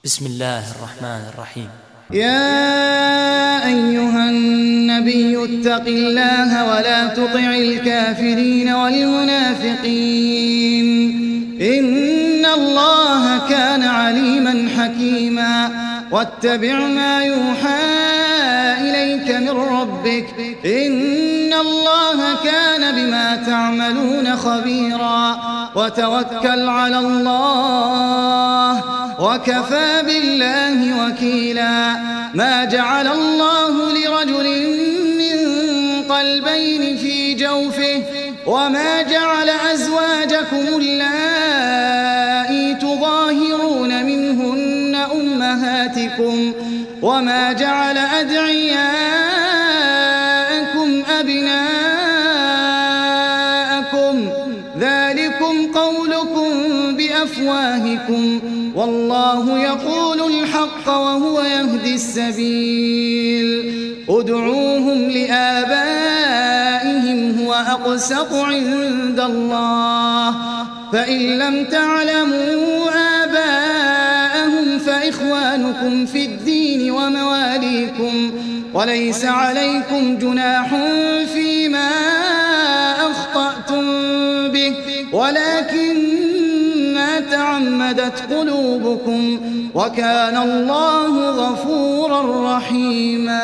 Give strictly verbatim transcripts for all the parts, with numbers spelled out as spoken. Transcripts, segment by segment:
بسم الله الرحمن الرحيم. يا أيها النبي اتق الله ولا تطع الكافرين والمنافقين إن الله كان عليما حكيما واتبع ما يوحى إليك من ربك إن الله كان بما تعملون خبيرا وتوكل على الله وكفى بالله وكيلا. ما جعل الله لرجل من قلبين في جوفه وما جعل أزواجكم اللائي تظاهرون منهن أمهاتكم وما جعل أدعياءكم أبناءكم ذلكم قولكم بأفواهكم والله يقول الحق وهو يهدي السبيل. ادعوهم لآبائهم هو أقسط عند الله فإن لم تعلموا آباءهم فإخوانكم في الدين ومواليكم وليس عليكم جناح فيما أخطأتم به ولكن ما تعمدت قلوبكم وكان الله غفورا رحيما.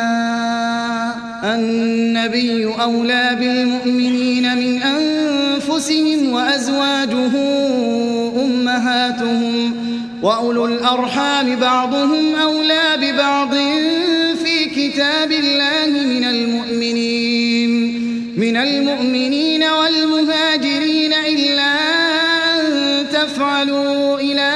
النبي أولى بالمؤمنين من أنفسهم وأزواجه أمهاتهم وأولو الأرحام بعضهم أولى ببعض في كتاب الله من المؤمنين من المؤمنين والمهاجرين إلا تفعلوا إلى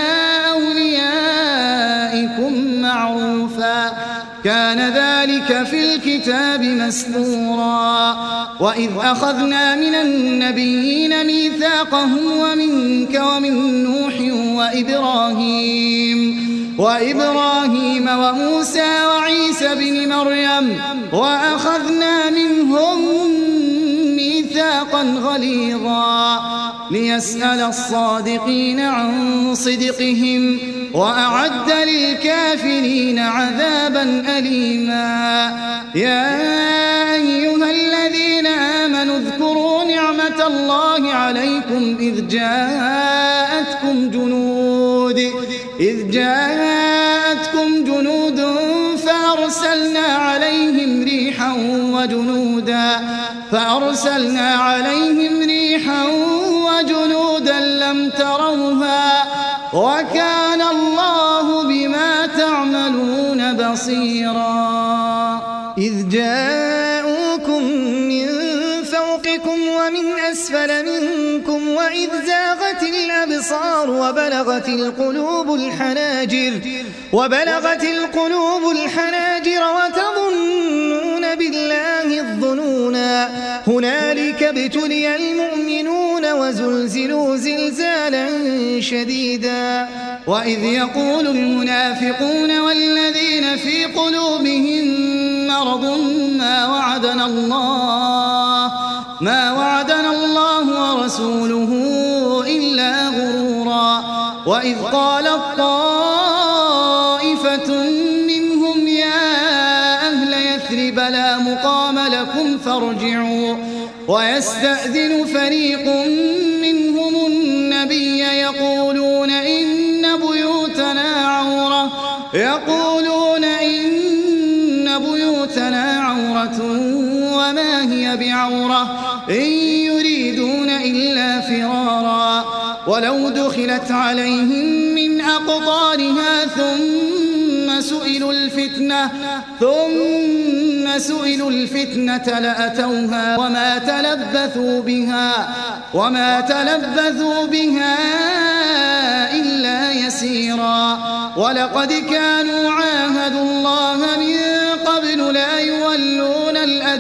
أوليائكم معروفا كان ذلك في الكتاب مسطورا. وإذ أخذنا من النبيين ميثاقهم ومنك ومن نوح وإبراهيم وإبراهيم وموسى وعيسى بن مريم وأخذنا منهم ميثاقا غليظا ليسأل الصادقين عن صدقهم وأعد للكافرين عذابا أليما. يا أيها الذين آمنوا اذكروا نعمة الله عليكم إذ جاءتكم جنود إذ جاءتكم جنود فأرسلنا عليهم ريحا وجنودا فأرسلنا عليهم ريحا وجنودا لم تروها وكان الله بما تعملون بصيرا. إذ جاءوكم من فوقكم ومن أسفل منكم وإذ زاغت الأبصار وبلغت القلوب الحناجر وبلغت القلوب الحناجر وتظنون بالله الظنونا هنالك ابتلي المؤمنون وزلزلوا زلزالا شديدا. وإذ يقول المنافقون والذين في قلوبهم مرض ما وعدنا الله ما وعدنا الله ورسوله إلا غرورا. وإذ قالت طائفة منهم يا أهل يثرب لا مقام لكم فارجعوا ويستأذن فريق منهم النبي يقولون إن بيوتنا عورة يقولون إن بيوتنا عورة وما هي بعورة إن يريدون إلا فرارا ولو دخلت عليهم من أقطارها ثم سئلوا الفتنة ثم سئلوا الفتنة لأتوها وما تلبثوا بها وما تلبثوا بها إلا يسيرا. ولقد كانوا عاهدوا الله من قبل لا يولون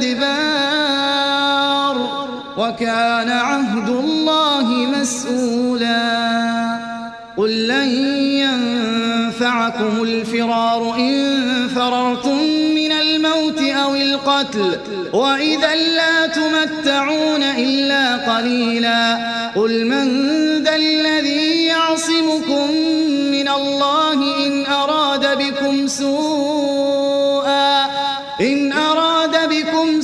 الأدبار وكان عهد الله مسؤولا. قل لن ينفعكم الفرار إن فررتم من الموت أو القتل وإذا لا تمتعون إلا قليلا. قل من ذا الذي يعصمكم من الله إن أراد بكم سوءا إن أراد بكم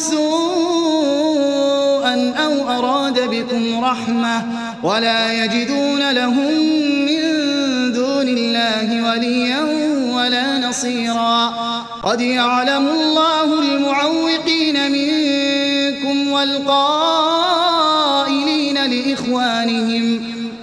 سوءا أو أراد بكم رحمة ولا يجدون لهم من دون الله وليا ولا نصيرا قد يعلم الله المعوقين منكم والقائلين لإخوانهم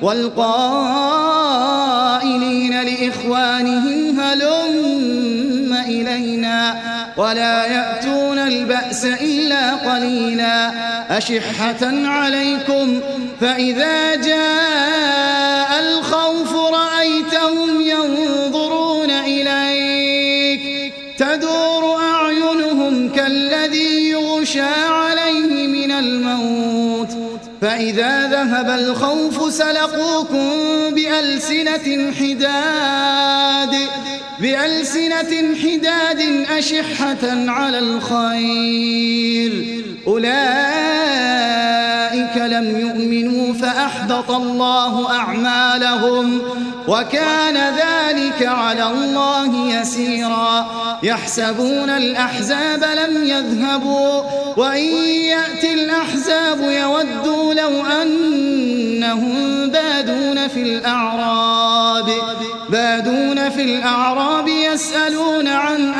والقائلين لإخوانهم هلم إلينا ولا يأتون البأس إلا قليلا أشحة عليكم فإذا جاء الخوف رأيتهم ينظرون إليك تدور أعينهم كالذي يغشى عليه من الموت فإذا ذهب الخوف سلقوكم بألسنة حداد بألسنة حداد أشحة على الخير أولئك لم يؤمنوا فأحبط الله أعمالهم وكان ذلك على الله يسيرا يحسبون الأحزاب لم يذهبوا وإن يأتي الأحزاب يودوا لو أنهم بادون في الأعراب بادون في الأعراب يسألون عن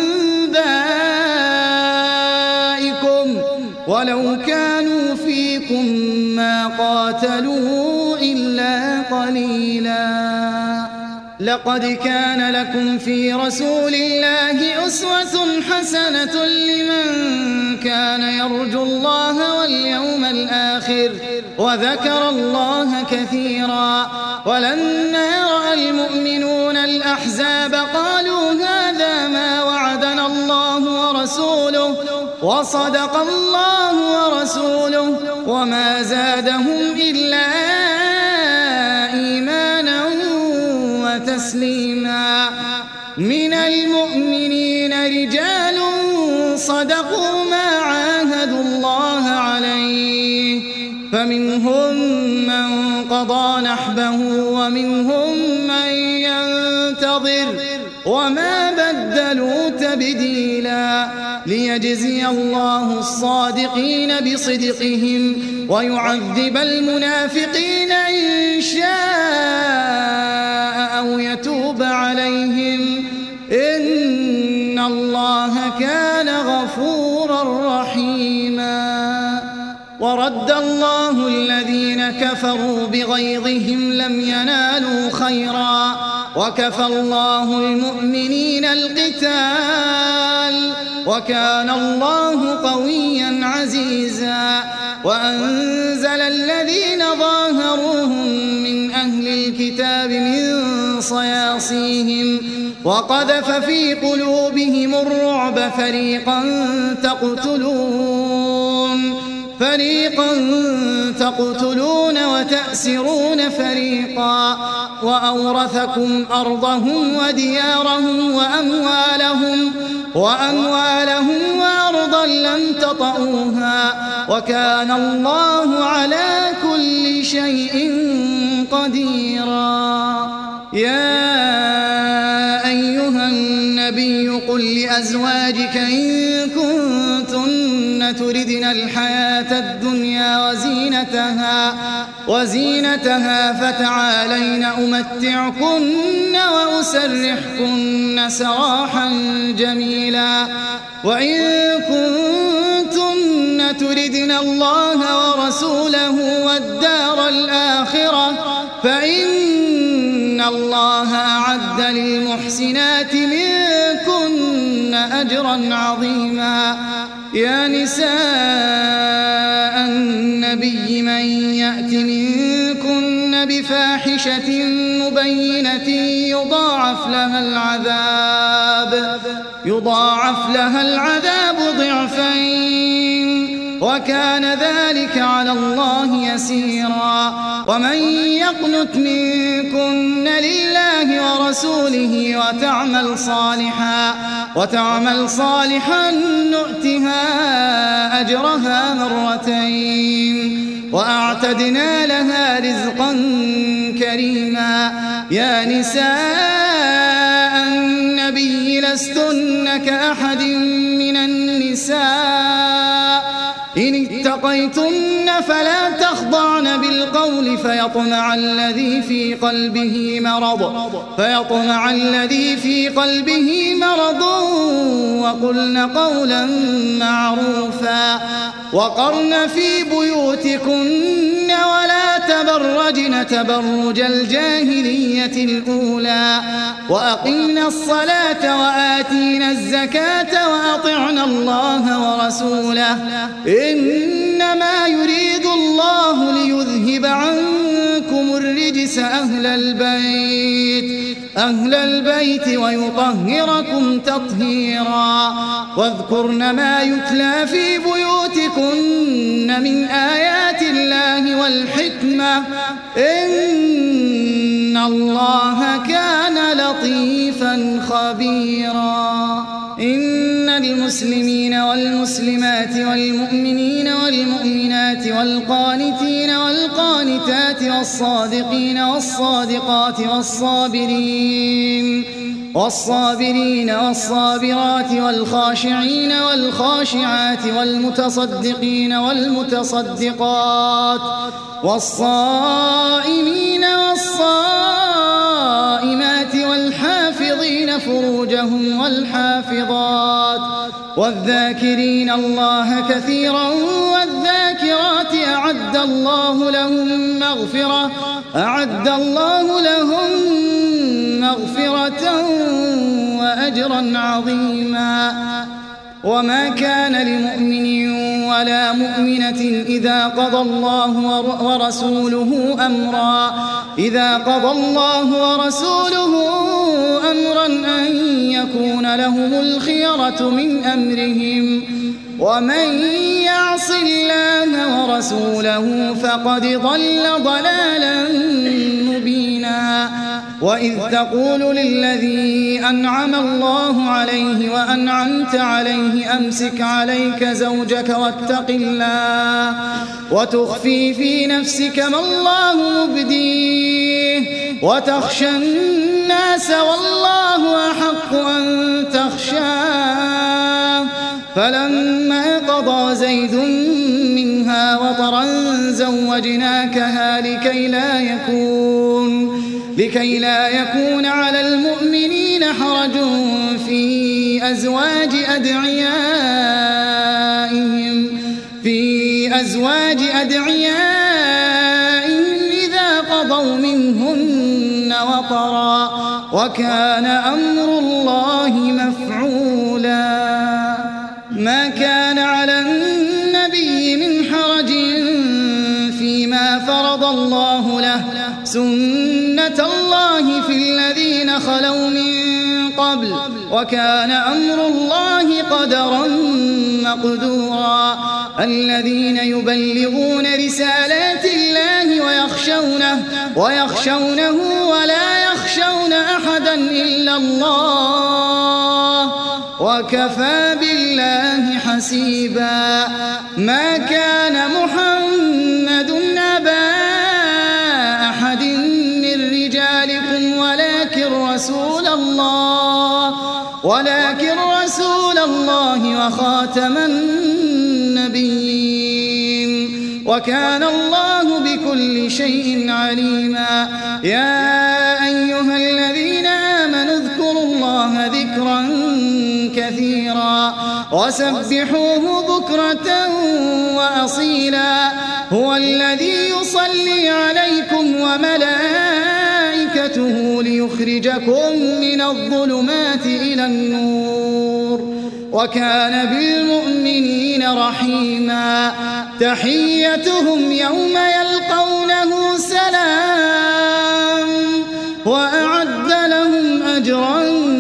أنبائكم ولو كانوا فيكم ما قاتلوا إلا قليلا لقد كان لكم في رسول الله أسوة حسنة لمن كان يرجو الله واليوم الآخر وذكر الله كثيرا ولما رأى المؤمنون الأحزاب قالوا هذا ما وعدنا الله ورسوله وصدق الله ورسوله وما زادهم إلا إيمانا وتسليما من المؤمنين رجال صدقوا ما عاهدوا الله عليه فمنهم من قضى نحبه ومنهم من ينتظر وما بدلوا تبديلا ليجزي الله الصادقين بصدقهم ويعذب المنافقين إن شاء أو يتوب عليهم إن الله كان غفورا رحيما ورد الله الذين كفروا بغيظهم لم ينالوا خيرا وكفى الله المؤمنين القتال وكان الله قويا عزيزا وأنزل الذين ظاهروهم من أهل الكتاب من صياصيهم وقذف في قلوبهم الرعب فريقا تقتلون فريقا تقتلون وتأسرون فريقا وأورثكم أرضهم وديارهم وأموالهم وأموالهم وأرضا لم تطئوها وكان الله على كل شيء قديرا يا أيها النبي قل لأزواجك إن كنتن تردن الحياة الدنيا وزينتها وزينتها فتعالين أمتعكن وأسرحكن سراحا جميلا وإن كنتن تردن الله ورسوله والدار الآخرة فإن الله أعد للمحسنات منكن أجرا عظيما يا نساء النبي من يأت منكن بفاحشة مبينة يضاعف لها العذاب يضاعف لها العذاب ضعفين وكان ذلك على الله يسيرا ومن يقنت منكن لله ورسوله وتعمل صالحا وتعمل صالحا نؤتها أجرها مرتين وأعتدنا لها رزقا كريما يا نساء النبي لستن كأحد من النساء إن اتقيتن فلا تخضعن بالقول فيطمع الذي في قلبه مرض فيطمع الذي في قلبه مرض وقلن قولا معروفا وقرن في بيوتكن ولا تبرجن تبرج الجاهلية الأولى وأقمنا الصلاة وآتينا الزكاة وأطعنا الله ورسوله إنما يريد الله ليذهب عنكم الرجس أهل البيت أهل البيت ويطهركم تطهيرا واذكرن ما يتلى في بيوتكن من آيات الله والحكمة إن الله كان لطيفا خبيرا إن المسلمين والمسلمات والمؤمنين والمؤمنات والقانتين والقانتات والصادقين والصادقات والصابرين والصابرين والصابرات والخاشعين والخاشعات والمتصدقين والمتصدقات والصائمين والصائمات والحافظين فروجهم والحافظات والذاكرين الله كثيرا والذاكرات أعد الله لهم مغفرة أعد الله لهم مغفرة وأجرا عظيما وما كان لمؤمن ولا مؤمنة إذا قضى الله ورسوله أمرا إذا قضى الله ورسوله أمرا أن يكون لهم الخيرة من أمرهم ومن يعص الله ورسوله فقد ضل ضلالا مبينا وإذ تقول للذي أنعم الله عليه وأنعمت عليه أمسك عليك زوجك واتق الله وتخفي في نفسك ما الله مبديه وتخشى الناس والله أحق أن تخشاه فلما قضى زيد منها وطرا زوجناكها لكي لا يكون لكي لا يكون على المؤمنين حرج في أزواج أدعيائهم في أزواج أدعيائهم إذا قضوا منهن وطرا وكان أمر الله مفعولا ما كان على النبي من حرج فيما فرض الله له سنة الله في الذين خلوا من قبل وكان أمر الله قدرا مقدورا الذين يبلغون رسالات الله ويخشونه ويخشونه ولا يخشون أحدا إلا الله وكفى بالله حسيبا ما كان محمد أبا أحد من رجالكم ولكن رسول الله ولكن رسول الله وخاتم النبيين وكان الله بكل شيء عليما يا أيها الذين آمنوا اذكروا الله ذكرا كثيرا وسبحوه بكرة وأصيلا هو الذي يصلي عليكم وملائكته ليخرجكم من الظلمات إلى النور وكان بالمؤمنين رحيما تحيتهم يوم يلقونه سلام وأعد لهم أجرا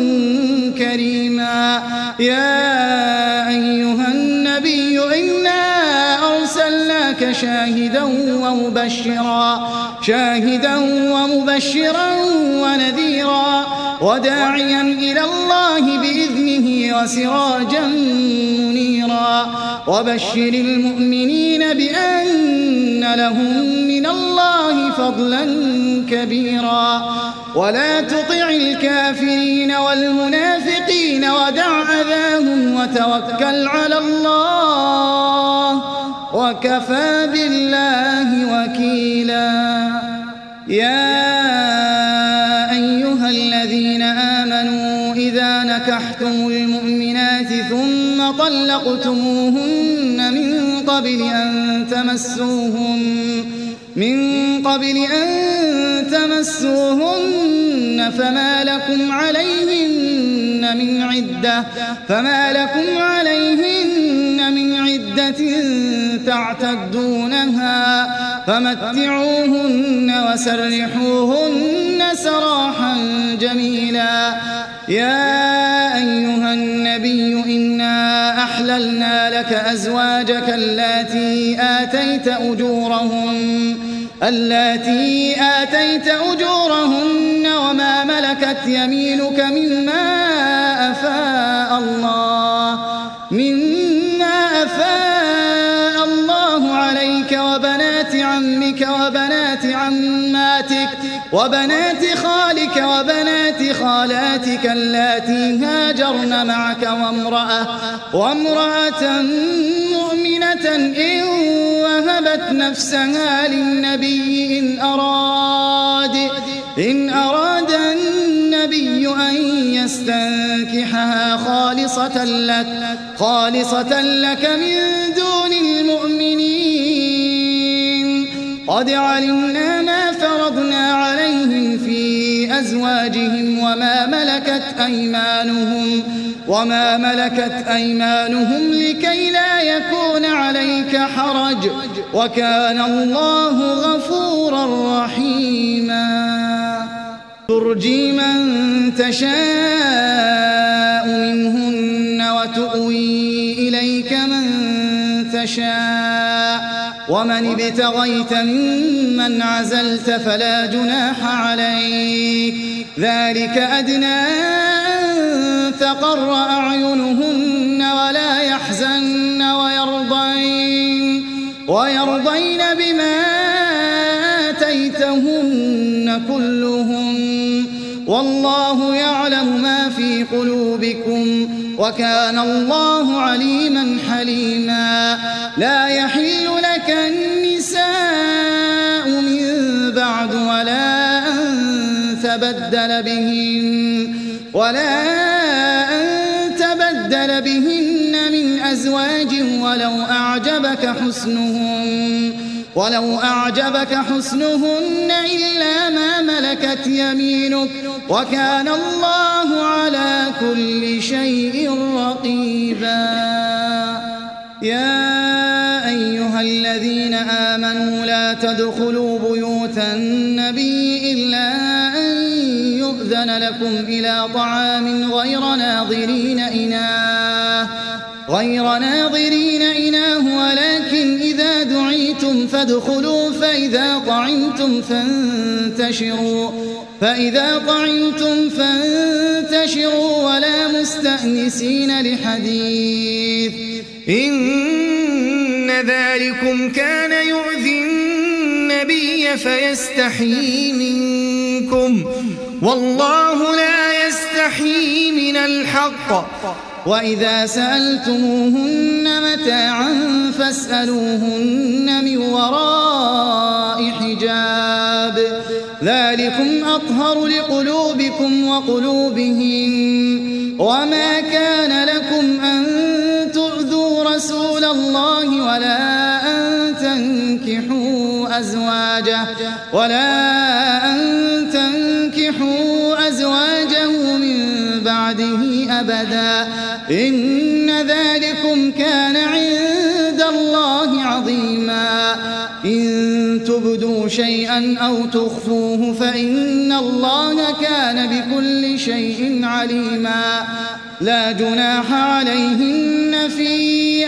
كريما يا أيها النبي إنا أرسلناك شاهدا ومبشرا شاهدا ومبشرا ونذيرا وداعيا إلى الله بإذنه وسراجا منيرا وبشر المؤمنين بأن لهم من الله فضلا كبيرا ولا تطع الكافرين والمنافقين وتوكل على الله وكفى بالله وكيلا. يا أيها الذين آمنوا إذا نكحتم المؤمنات ثم طلقتموهن من قبل أن تمسوهن من قبل أن تمسوهن فما لكم عليهن من عدة فما لكم عليهن من عدة تعتدونها فمتعوهن وسرحوهن سراحا جميلا. يا أيها النبي إنا أحللنا لك أزواجك اللاتي آتيت أجورهن اللاتي آتيت أجورهن وما ملكت يمينك مما أفاء الله مما أفاء الله عليك وبنات عمك وبنات عماتك وبنات خالك وبنات خالاتك اللاتي هاجرن معك وامرأة وامرأة مؤمنة إن وهبت نفسها للنبي إن أراد إن أراد النبي أن يستنكحها خالصة لك خالصة لك من دون المؤمنين. قد علمنا ما فرضنا عليهم في أزواجهم وما ملكت أيمانهم وما ملكت أيمانهم لكي لا يكون عليك حرج وكان الله غفورا رحيما. ترجي من تشاء منهن وتؤوي إليك من تشاء ومن ابتغيت ممن عزلت فلا جناح عليك ذلك أدنى أن تقر أعينهن ولا يحزن ويرضين ويرضين بما آتيتهن كلهم والله يعلم ما في قلوبكم وكان الله عليما حليما. لا يحل لك النساء من بعد ولا أن تبدل بهن ولا أن تبدل بهن من أزواج ولو أعجبك حسنهن ولو أعجبك حسنهن إلا ما ملكت يمينك وكان الله على كل شيء رقيبا. يا أيها الذين آمنوا لا تدخلوا بيوت النبي إلا أن يؤذن لكم إلى طعام غير ناظرين إناه غير ناظرين إناه ولكن إذا دعيتم فادخلوا فإذا طعمتم فانتشروا فإذا طعمتم فانتشروا ولا مستأنسين لحديث إن ذلكم كان يؤذي النبي فيستحيي منكم والله لا يستحيي من الحق. وإذا سألتموهن متاعا فاسألوهن من وراء حجاب ذلكم أطهر لقلوبكم وقلوبهم. وما كان لكم أن تؤذوا رسول الله ولا أن تنكحوا أزواجه ولا أن تنكحوا أزواجه من بعده أبدا إن ذلكم كان عند الله عظيما. إن تبدوا شيئا أو تخفوه فإن الله كان بكل شيء عليما. لا جناح عليهن في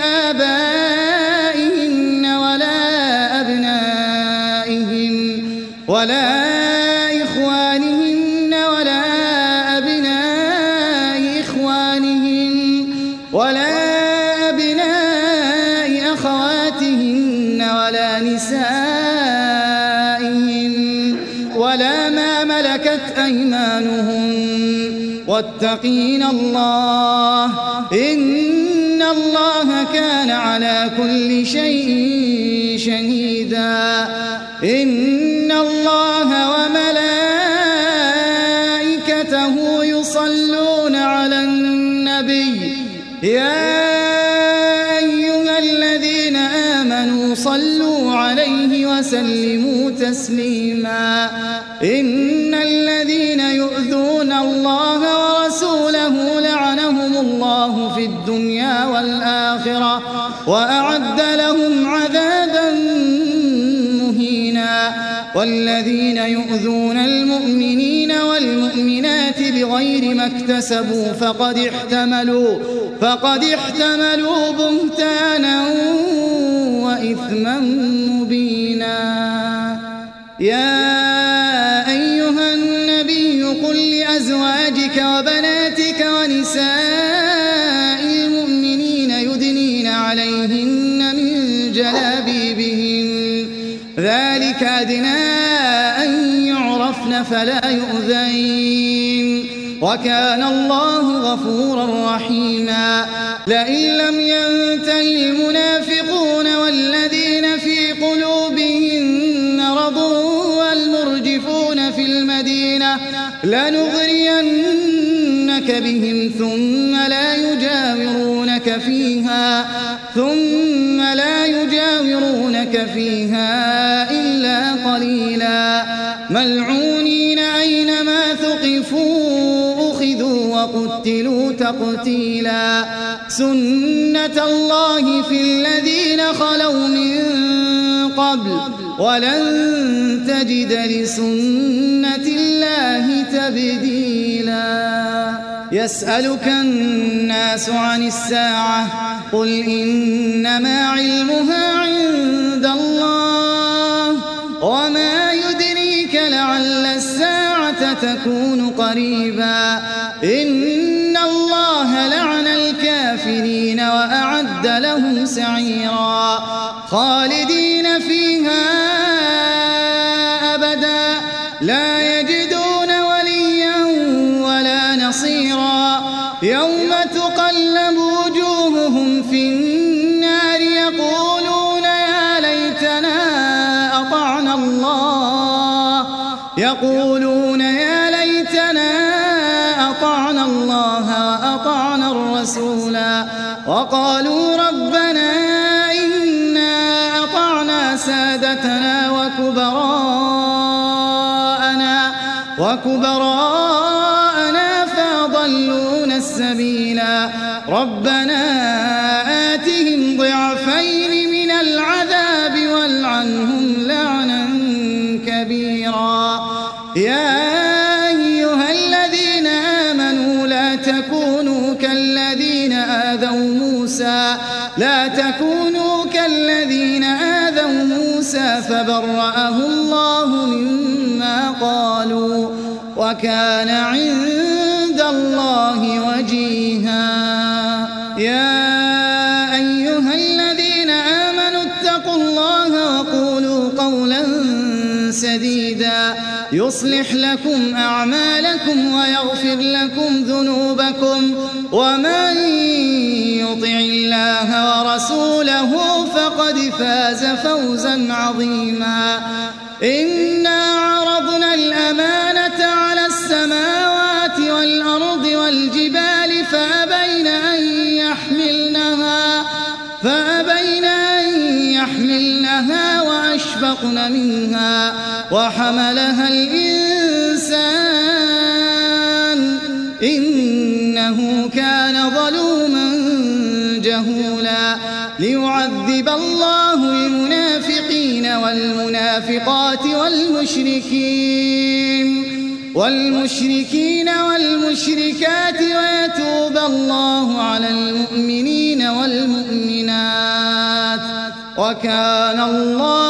آبائهن ولا أبنائهن ولا إخوانهن ولا أبناء إخوانهن ولا أبناء أخواتهن ولا نسائهن ولا ما ملكت أيمانهن واتقين الله إن إن الله كان على كل شيء شهيدا إن الله وملائكته يصلون على النبي يا أيها الذين آمنوا صلوا عليه وسلموا تسليما إن الذين يؤذون الله ورسوله لعنهم الله في الدنيا والآخرة وأعد لهم عذابا مهينا والذين يؤذون المؤمنين والمؤمنات بغير ما اكتسبوا فقد احتملوا فقد احتملوا بهتانا وإثما مبينا يا أيها النبي قل لأزواجك وبناتك ونساء المؤمنين يدنين عليهن من جلابيبهن ذلك أدنى أن يعرفن فلا يؤذين وكان الله غفورا رحيما لئن لم ينتهي المنافقون والذين في قلوبهم مرض والمرجفون في المدينة لنغرينك بهم ثم لا يجاورونك فيها ثم لا يجاورونك فيها إلا قليلا ملعونين أينما ثقفوا أخذوا وقتلوا تقتيلا سنة الله في الذين خلوا من قبل ولن تجد لسنة الله تبديلا يسألك الناس عن الساعة قل إنما علمها عند الله وما يدريك لعل الساعة تكون قريبا إن الله لعن الكافرين وأعد لهم سعيرا خالدين فيها أبدا لا يجدون وليا ولا نصيرا يوم تقلب وجوههم في النار يقولون يا ليتنا أطعنا الله يقولون يا ليتنا أطعنا الله وأطعنا الرسولا وقالوا ربنا إنا أطعنا سادتنا وكبراءنا وكبراءنا فأضلونا السبيلا ربنا آتهم ضعفين من العذاب والعنهم لعنا كبيرا يا أيها الذين آمنوا لا تكونوا كالذين آذوا موسى لا تكونوا كالذين آذوا موسى فبرأه الله مما قالوا وكان عند الله وجيها يا أيها الذين آمنوا اتقوا الله وقولوا قولا سديدا يصلح لكم أعمالكم ويغفر لكم ذنوبكم ومن يطع الله ورسوله فقد فاز فوزا عظيما إنا عرضنا الأمانة على السماوات والأرض والجبال فأبين أن يحملنها فأبين أن يحملنها وأشفقن منها وحملها الإنسان إنه كان ظلوما جهولا ليعذب الله المنافقين والمنافقات والمشركين والمشركين والمشركات ويتوب الله على المؤمنين والمؤمنات وكان الله